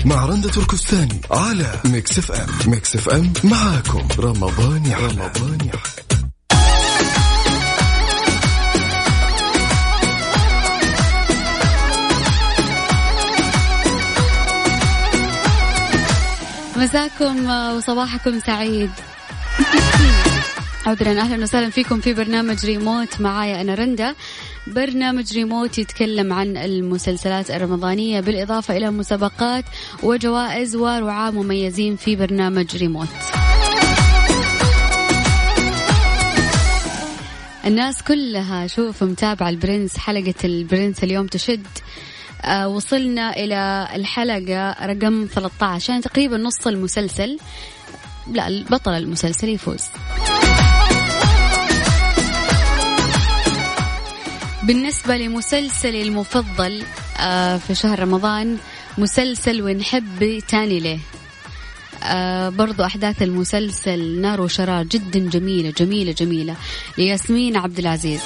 مع رندة تركستاني على ميكس اف ام. ميكس اف ام معاكم رمضان يا رمضان يا مساكم وصباحكم سعيد. عذرا، أهلا وسهلا فيكم في برنامج ريموت معايا أنا رندة. برنامج ريموت يتكلم عن المسلسلات الرمضانية بالإضافة إلى مسابقات وجوائز ورعاة مميزين في برنامج ريموت. الناس كلها شوف متابعة البرنس، حلقة البرنس اليوم تشد. وصلنا إلى الحلقة رقم 13، يعني تقريبا نص المسلسل. لا، البطل المسلسل يفوز. بالنسبة لمسلسلي المفضل في شهر رمضان، مسلسل ونحب تاني ليه. برضو أحداث المسلسل نار وشرار، جدا جميلة جميلة جميلة، لياسمين عبد العزيز.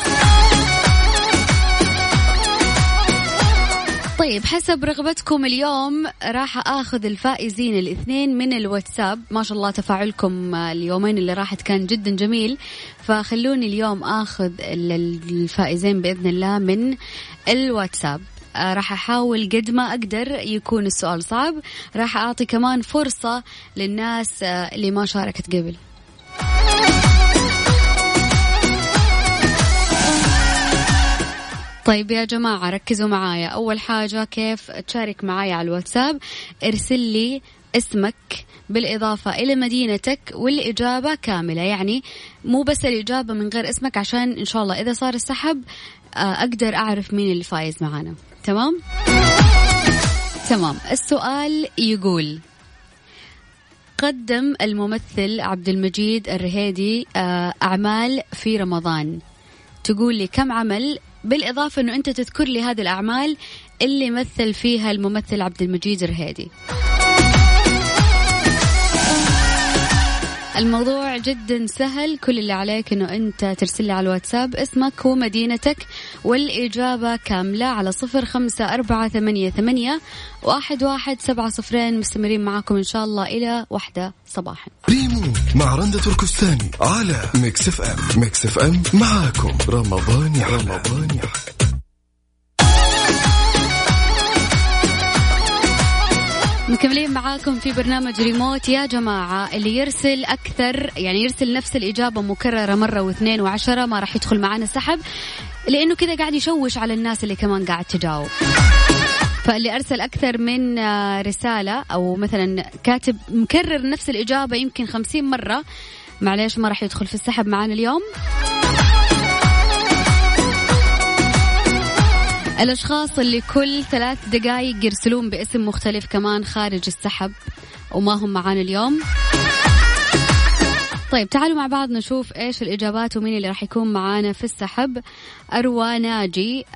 طيب، حسب رغبتكم اليوم راح أخذ الفائزين الاثنين من الواتساب. ما شاء الله تفاعلكم اليومين اللي راحت كان جدا جميل، فخلوني اليوم أخذ الفائزين بإذن الله من الواتساب. راح أحاول قد ما أقدر يكون السؤال صعب. راح أعطي كمان فرصة للناس اللي ما شاركت قبل. طيب يا جماعة ركزوا معايا. أول حاجة كيف تشارك معايا على الواتساب؟ ارسل لي اسمك بالإضافة إلى مدينتك والإجابة كاملة، يعني مو بس الإجابة من غير اسمك، عشان إن شاء الله إذا صار السحب أقدر أعرف مين اللي فايز معانا. تمام؟ تمام. السؤال يقول: قدم الممثل عبد المجيد الرهيدي أعمال في رمضان. تقول لي كم عمل، بالإضافة أنه أنت تذكر لي هذه الأعمال اللي مثل فيها الممثل عبد المجيد الرهيدي. الموضوع جدا سهل، كل اللي عليك أنه أنت ترسل لي على الواتساب اسمك ومدينتك والإجابة كاملة على 0548811700. مستمرين معاكم إن شاء الله إلى 1 صباحا. ريموت مع رندة تركستاني على ميكس اف ام. ميكس اف ام معاكم رمضان يا رمضان يا مكملين معاكم في برنامج ريموت. يا جماعة اللي يرسل أكثر، يعني يرسل نفس الإجابة مكررة مرة واثنين وعشرة، ما راح يدخل معنا سحب، لأنه كذا قاعد يشوش على الناس اللي كمان قاعد تجاوب. فاللي أرسل أكثر من رسالة أو مثلا كاتب مكرر نفس الإجابة يمكن 50 مرة، معليش ما راح يدخل في السحب معنا اليوم. الأشخاص اللي كل 3 دقائق يرسلون باسم مختلف كمان خارج السحب وما هم معانا اليوم. طيب تعالوا مع بعض نشوف إيش الإجابات ومين اللي راح يكون معانا في السحب. أروى ناجي،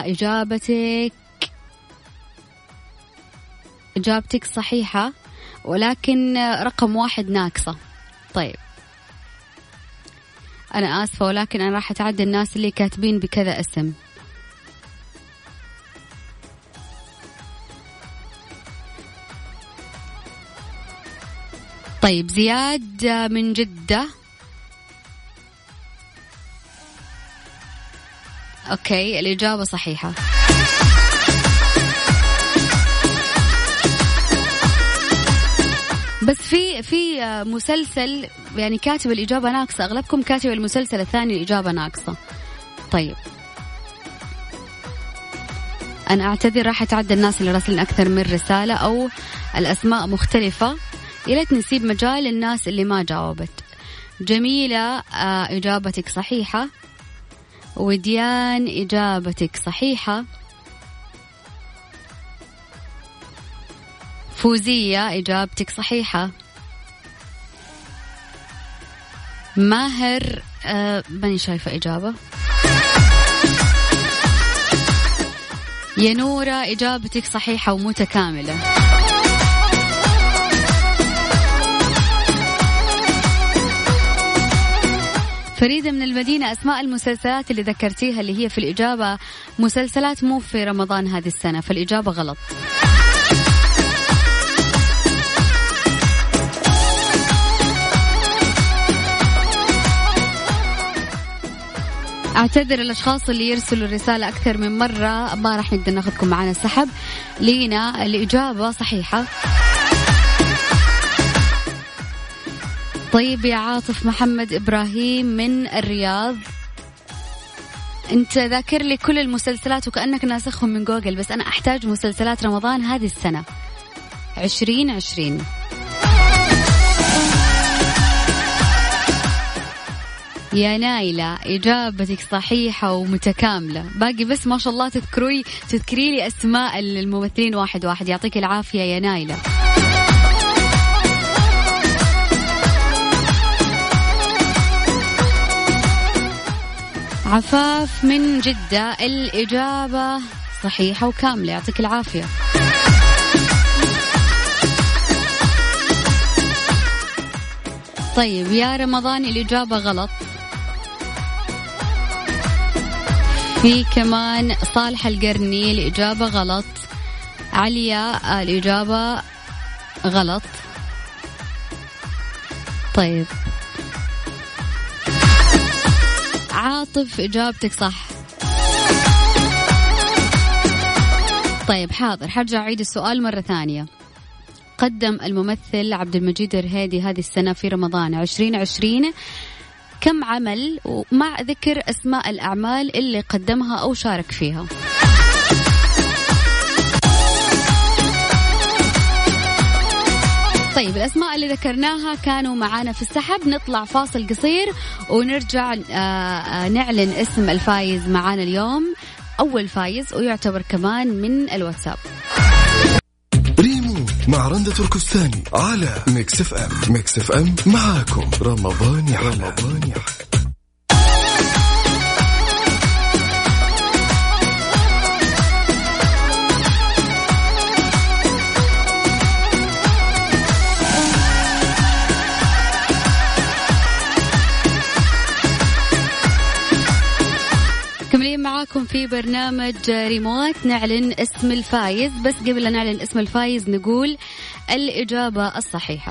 إجابتك صحيحة، ولكن رقم 1 ناقصة. طيب أنا آسفة، ولكن أنا راح أتعدى الناس اللي كاتبين بكذا اسم. طيب زياد من جدة، أوكي الإجابة صحيحة. بس في مسلسل يعني كاتب الإجابة ناقصة، أغلبكم كاتب المسلسل الثاني الإجابة ناقصة. طيب أنا أعتذر، راح أتعدى الناس اللي راسلين أكثر من رسالة أو الأسماء مختلفة، يليت نسيب مجال للناس اللي ما جاوبت. جميلة إجابتك صحيحة، وديان إجابتك صحيحة، فوزية إجابتك صحيحة، ماهر ماني شايفة إجابة، يا نورة إجابتك صحيحة ومتكاملة. فريدة من المدينة، أسماء المسلسلات اللي ذكرتيها اللي هي في الإجابة مسلسلات مو في رمضان هذه السنة، فالإجابة غلط. أعتذر الأشخاص اللي يرسلوا الرسالة أكثر من مرة، ما راح نقدر ناخذكم معنا السحب. لينا الإجابة صحيحة. طيب يا عاطف محمد إبراهيم من الرياض، أنت ذاكر لي كل المسلسلات وكأنك ناسخهم من جوجل، بس أنا أحتاج مسلسلات رمضان هذه السنة 2020. يا نايلة إجابتك صحيحة ومتكاملة، باقي بس ما شاء الله تذكري لي أسماء الممثلين واحد واحد. يعطيك العافية يا نايلة. عفاف من جدة الإجابة صحيحة وكاملة، يعطيك العافية. طيب يا رمضان الإجابة غلط. في كمان صالح القرني الإجابة غلط. عليا الإجابة غلط. طيب عاطف إجابتك صح. طيب حاضر، حرجع أعيد السؤال مرة ثانية. قدم الممثل عبد المجيد الرهيدي هذه السنة في رمضان 2020 كم عمل، ومع ذكر أسماء الأعمال اللي قدمها أو شارك فيها؟ طيب الأسماء اللي ذكرناها كانوا معانا في السحب. نطلع فاصل قصير ونرجع نعلن اسم الفايز معانا اليوم، أول فايز ويعتبر كمان من الواتساب. ريمو مع رندة تركستاني على ميكس اف ام. ميكس اف ام معاكم رمضان يحلى. كملين معاكم في برنامج ريموت. نعلن اسم الفايز، بس قبل لا نعلن اسم الفايز نقول الإجابة الصحيحة.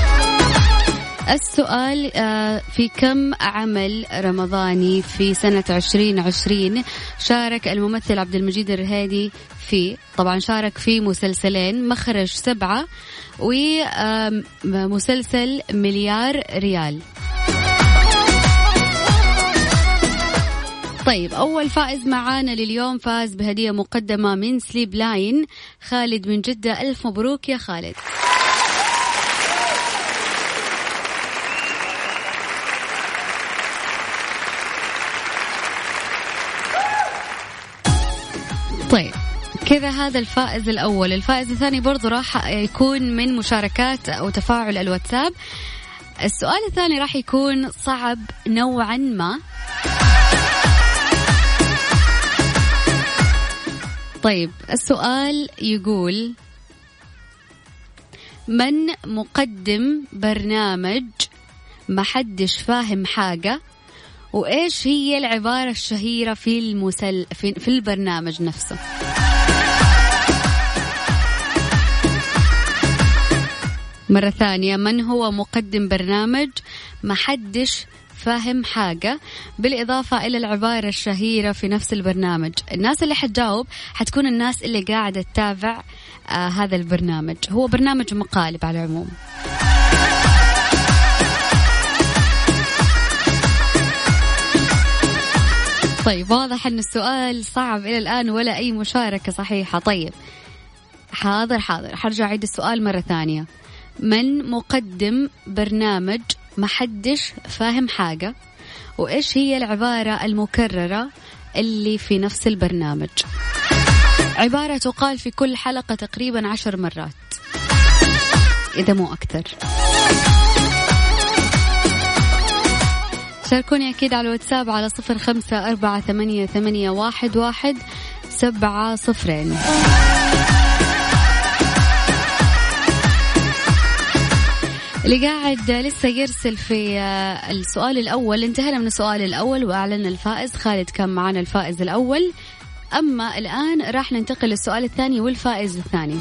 السؤال في كم عمل رمضاني في سنة 2020 شارك الممثل عبد المجيد الرهيدي فيه؟ طبعا شارك في مسلسلين، مخرج 7 ومسلسل مليار ريال. طيب أول فائز معانا لليوم فاز بهدية مقدمة من سليب لاين، خالد من جدة. ألف مبروك يا خالد. طيب كذا هذا الفائز الأول. الفائز الثاني برضو راح يكون من مشاركات أو تفاعل الواتساب. السؤال الثاني راح يكون صعب نوعا ما. طيب السؤال يقول: من مقدم برنامج محدش فاهم حاجة، وإيش هي العبارة الشهيرة في البرنامج نفسه؟ مرة ثانية، من هو مقدم برنامج محدش فاهم حاجة، بالإضافة إلى العبارة الشهيرة في نفس البرنامج. الناس اللي حتجاوب حتكون الناس اللي قاعدة تتابع هذا البرنامج. هو برنامج مقالب على العموم. طيب واضح أن السؤال صعب إلى الآن ولا أي مشاركة صحيحة. طيب حاضر حرجع أعيد السؤال مرة ثانية. من مقدم برنامج محدش فاهم حاجة، وإيش هي العبارة المكررة اللي في نفس البرنامج؟ عبارة تقال في كل حلقة تقريبا 10 مرات إذا مو أكثر. شاركوني أكيد على الواتساب على 0548811700. اللي قاعد لسه يرسل في السؤال الأول، انتهينا من السؤال الأول وأعلن الفائز. خالد كان معنا الفائز الأول، أما الآن راح ننتقل للسؤال الثاني والفائز الثاني.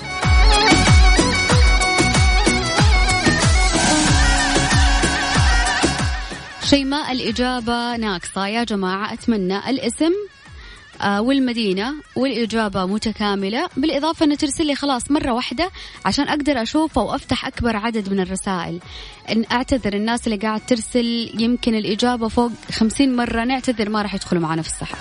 شيماء الإجابة ناقصة يا جماعة. أتمنى الاسم والمدينة والإجابة متكاملة، بالإضافة أن ترسل لي خلاص مرة واحدة عشان أقدر أشوفه وأفتح أكبر عدد من الرسائل. إن أعتذر الناس اللي قاعد ترسل يمكن الإجابة فوق 50 مرة، نعتذر ما راح يدخلوا معنا في السحب.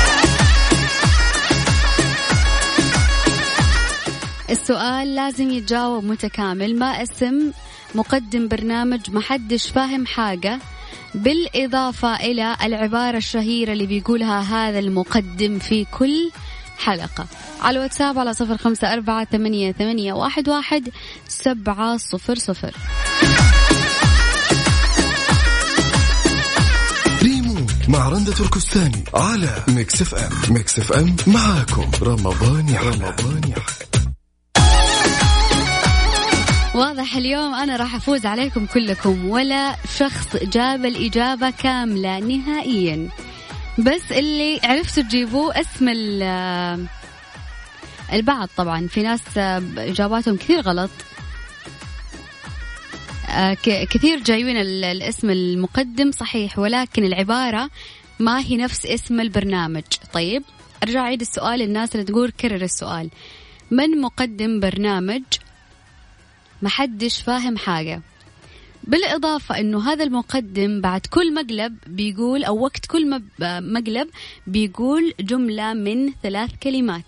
السؤال لازم يتجاوب متكامل. ما اسم مقدم برنامج محدش فاهم حاجة، بالإضافة إلى العبارة الشهيرة اللي بيقولها هذا المقدم في كل حلقة؟ على الواتساب على 0548811700. ريمو مع رندة تركستاني على ميكس اف ام. ميكس اف ام معاكم رمضان يحلى. واضح اليوم أنا راح أفوز عليكم كلكم، ولا شخص جاب الإجابة كاملة نهائيا، بس اللي عرفتوا تجيبوه اسم البعض. طبعا في ناس إجاباتهم كثير غلط، كثير جايبين الاسم المقدم صحيح ولكن العبارة ما هي نفس اسم البرنامج. طيب أرجع أعيد السؤال للناس اللي تقول كرر السؤال. من مقدم برنامج محدش فاهم حاجة، بالإضافة أنه هذا المقدم بعد كل مقلب بيقول أو وقت كل مقلب بيقول جملة من 3 كلمات.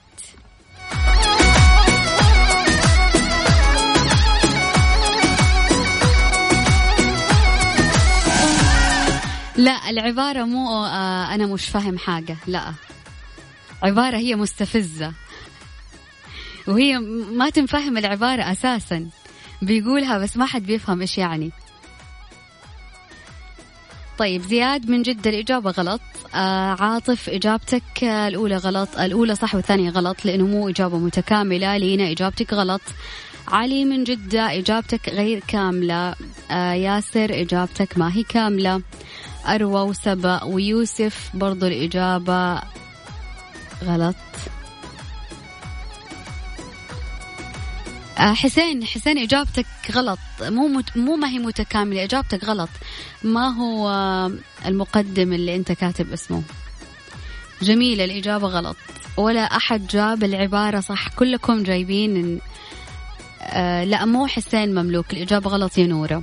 لا العبارة مو أنا مش فاهم حاجة، لا عبارة هي مستفزة وهي ما تنفهم العبارة أساساً، بيقولها بس ما حد بيفهم إيش يعني. طيب زياد من جدة الإجابة غلط. عاطف إجابتك الأولى غلط، الأولى صح والثانية غلط لأنه مو إجابة متكاملة. لينا إجابتك غلط. علي من جدة إجابتك غير كاملة. ياسر إجابتك ما هي كاملة. أروى وسبأ ويوسف برضو الإجابة غلط. حسين إجابتك غلط، مو ما هي متكاملة، إجابتك غلط. ما هو المقدم اللي أنت كاتب اسمه. جميلة الإجابة غلط، ولا أحد جاب العبارة صح، كلكم جايبين لا مو حسين مملوك، الإجابة غلط يا نورة.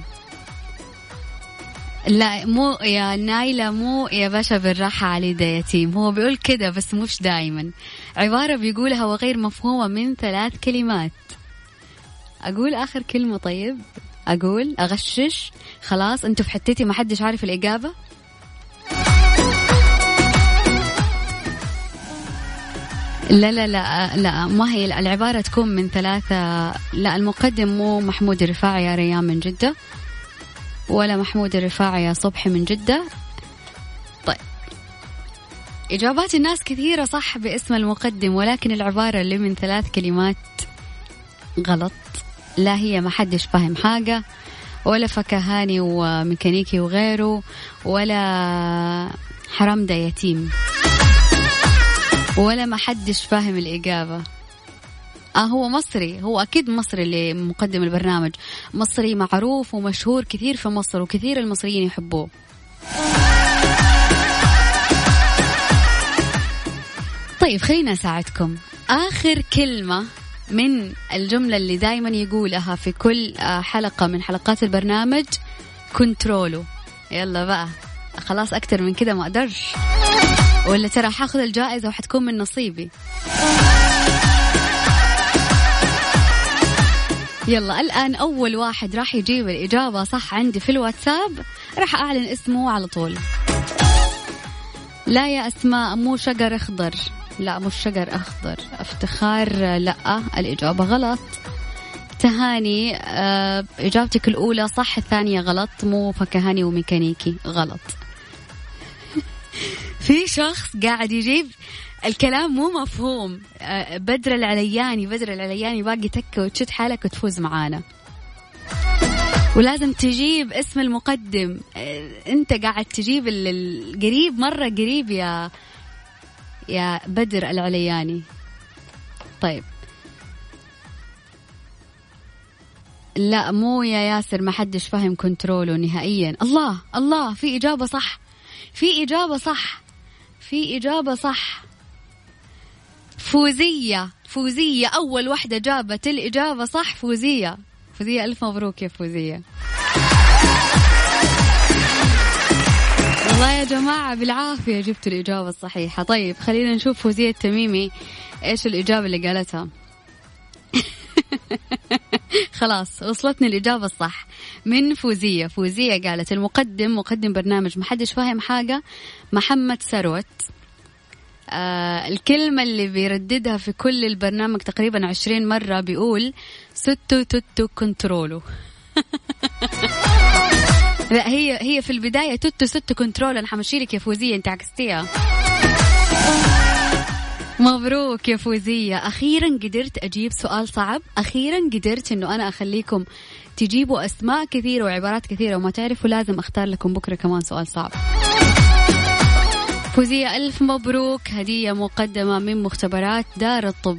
لا مو يا نايلة، مو يا باشا بالراحة علي ده يتيم، هو بيقول كده بس مش دايما، عبارة بيقولها وغير مفهومة من 3 كلمات. أقول آخر كلمة؟ طيب أقول أغشش خلاص أنتوا في حتتي ما حدش عارف الإجابة. لا لا لا لا ما هي العبارة تكون من 3. لا المقدم مو محمود الرفاعي يا ريان من جدة، ولا محمود الرفاعي يا صبحي من جدة. طيب إجابات الناس كثيرة صح باسم المقدم، ولكن العبارة اللي من 3 كلمات غلط. لا هي ما حدش فاهم حاجة، ولا فكهاني وميكانيكي وغيره، ولا حرام ده يتيم، ولا ما حدش فاهم الإجابة. هو مصري، هو أكيد مصري اللي مقدم البرنامج، مصري معروف ومشهور كثير في مصر وكثير المصريين يحبوه. طيب خلينا أساعدكم. آخر كلمة من الجملة اللي دايما يقولها في كل حلقة من حلقات البرنامج كنترولو. يلا بقى خلاص أكتر من كده ما أقدرش، ولا ترى حاخذ الجائزة وحتكون من نصيبي. يلا الآن أول واحد راح يجيب الإجابة صح عندي في الواتساب راح أعلن اسمه على طول. لا يا أسماء مو شجر أخضر، لا مش شجر أخضر. افتخار لا الإجابة غلط. تهاني إجابتك الأولى صح، الثانية غلط. مو فكهاني وميكانيكي غلط. في شخص قاعد يجيب الكلام مو مفهوم. بدر العلياني باقي تكة وتشد حالك وتفوز معانا، ولازم تجيب اسم المقدم. انت قاعد تجيب القريب مرة قريب يا بدر العلياني. طيب لا مو يا ياسر، ما حدش فاهم كنترولو نهائيا. الله في إجابة صح، في إجابة صح. فوزية أول واحدة جابت الإجابة صح. فوزية ألف مبروك يا فوزية. والله يا جماعة بالعافية جبتوا الإجابة الصحيحة. طيب خلينا نشوف فوزية التميمي إيش الإجابة اللي قالتها. خلاص وصلتني الإجابة الصح من فوزية قالت مقدم برنامج محدش فاهم حاجة محمد ثروت. الكلمة اللي بيرددها في كل البرنامج تقريبا 20 مرة بيقول ستو توتو كنترولو. لا هي في البداية توتو ستو كنترولو. أنا حمشيلك يا فوزية، انت عكستيها. مبروك يا فوزية، أخيرا قدرت أجيب سؤال صعب، أخيرا قدرت أنه أنا أخليكم تجيبوا أسماء كثيرة وعبارات كثيرة وما تعرفوا. لازم أختار لكم بكرة كمان سؤال صعب. فوزية ألف مبروك، هدية مقدمة من مختبرات دار الطب.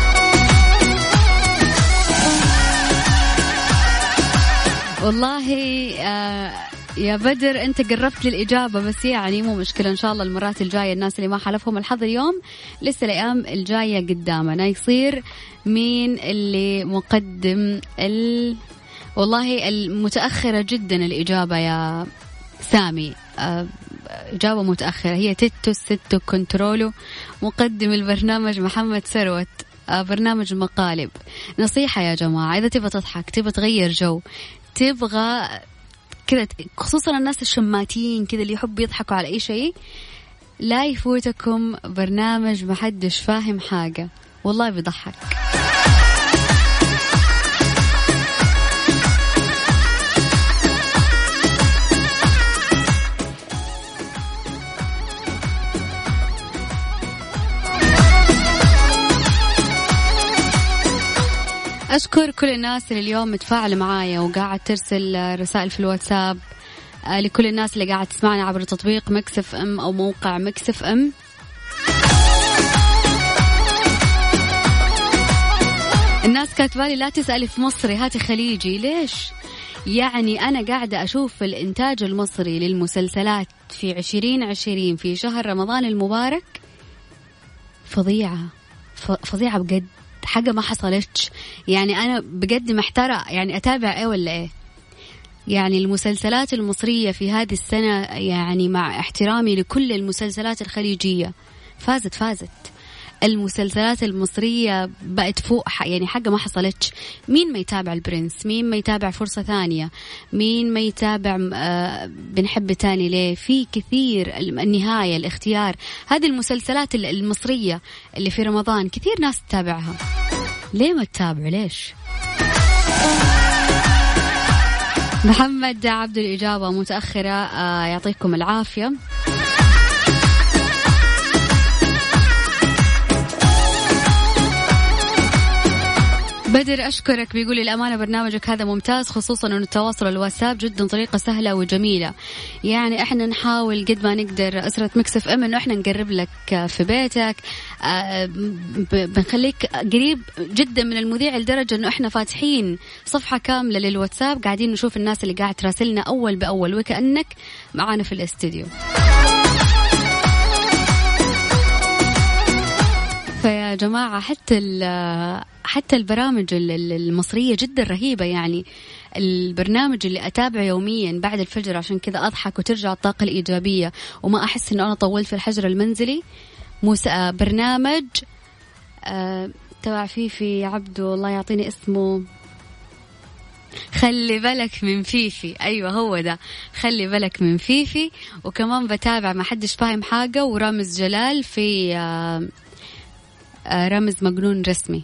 والله يا بدر أنت قربت للإجابة، بس يعني مو مشكلة، إن شاء الله المرات الجاية الناس اللي ما حلفهم الحظ اليوم لسه الأيام الجاية قدامنا يصير مين اللي مقدم والله المتأخرة جدا الإجابة يا سامي، إجابة متأخرة، هي تيتو ستو كنترولو. مقدم البرنامج محمد ثروت، برنامج مقالب. نصيحة يا جماعة، إذا تبغى تضحك، تبغى تغير جو، تبغى كذا، خصوصا الناس الشماتين كذا اللي يحب يضحكوا على أي شيء، لا يفوتكم برنامج محدش فاهم حاجة، والله بيضحك. أشكر كل الناس اللي اليوم متفاعل معايا وقاعد ترسل رسائل في الواتساب، لكل الناس اللي قاعد تسمعني عبر تطبيق ميكس اف ام أو موقع ميكس اف ام. الناس كاتبالي لا تسألي في مصري هاتي خليجي. ليش؟ يعني أنا قاعدة أشوف الإنتاج المصري للمسلسلات في 2020 في شهر رمضان المبارك فظيعة بجد، حاجة ما حصلتش. يعني أنا بجد محتارة يعني أتابع إيه ولا إيه. يعني المسلسلات المصرية في هذه السنة، يعني مع احترامي لكل المسلسلات الخليجية، فازت. المسلسلات المصرية بقت فوق، يعني حاجة ما حصلتش. مين ما يتابع البرنس، مين ما يتابع فرصة ثانية، مين ما يتابع بنحب تاني ليه، في كثير، النهاية، الاختيار، هذه المسلسلات المصرية اللي في رمضان كثير ناس تتابعها. ليه ما تتابع؟ ليش؟ محمد عبد الإجابة متأخرة، يعطيكم العافية. بدر أشكرك، بيقول الأمانة برنامجك هذا ممتاز، خصوصا أن التواصل الواتساب جدا طريقة سهلة وجميلة. يعني إحنا نحاول قد ما نقدر أسرة ميكس اف ام إنه إحنا نقرب لك في بيتك، بنخليك قريب جدا من المذيع لدرجة إنه إحنا فاتحين صفحة كاملة للواتساب، قاعدين نشوف الناس اللي قاعد تراسلنا أول بأول وكأنك معانا في الاستديو. فيا جماعة حتى البرامج المصرية جدا رهيبة. يعني البرنامج اللي أتابعه يوميا بعد الفجر عشان كذا أضحك وترجع الطاقة الإيجابية وما أحس إنه أنا طولت في الحجر المنزلي، برنامج تبع فيفي عبده، الله يعطيني اسمه، خلي بالك من فيفي. أيوة هو ده، خلي بالك من فيفي. وكمان بتابع ما حدش فاهم حاجة ورامز جلال في رامز مجنون رسمي.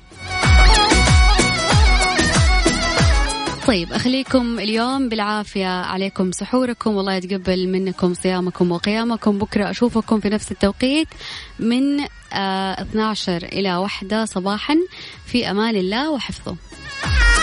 طيب أخليكم اليوم بالعافية، عليكم سحوركم، والله يتقبل منكم صيامكم وقيامكم. بكرة أشوفكم في نفس التوقيت من 12 إلى 1 صباحا، في أمان الله وحفظه.